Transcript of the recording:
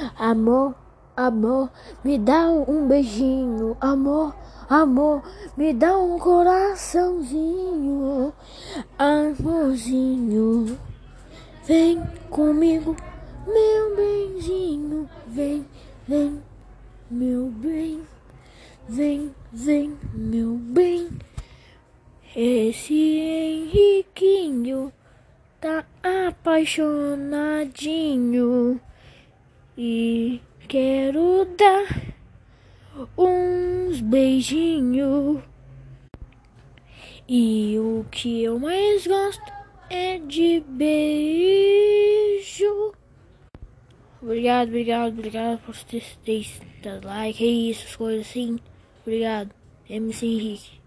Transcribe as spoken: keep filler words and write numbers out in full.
Amor, amor, me dá um beijinho. Amor, amor, me dá um coraçãozinho. Amorzinho, vem comigo, meu benzinho. Vem, vem, meu bem. Vem, vem, meu bem. Esse Henriquinho tá apaixonadinho e quero dar uns beijinhos. E o que eu mais gosto é de beijo. Obrigado, obrigado, obrigado por ter dado like aí, essas coisas assim. Obrigado, M C Henrique.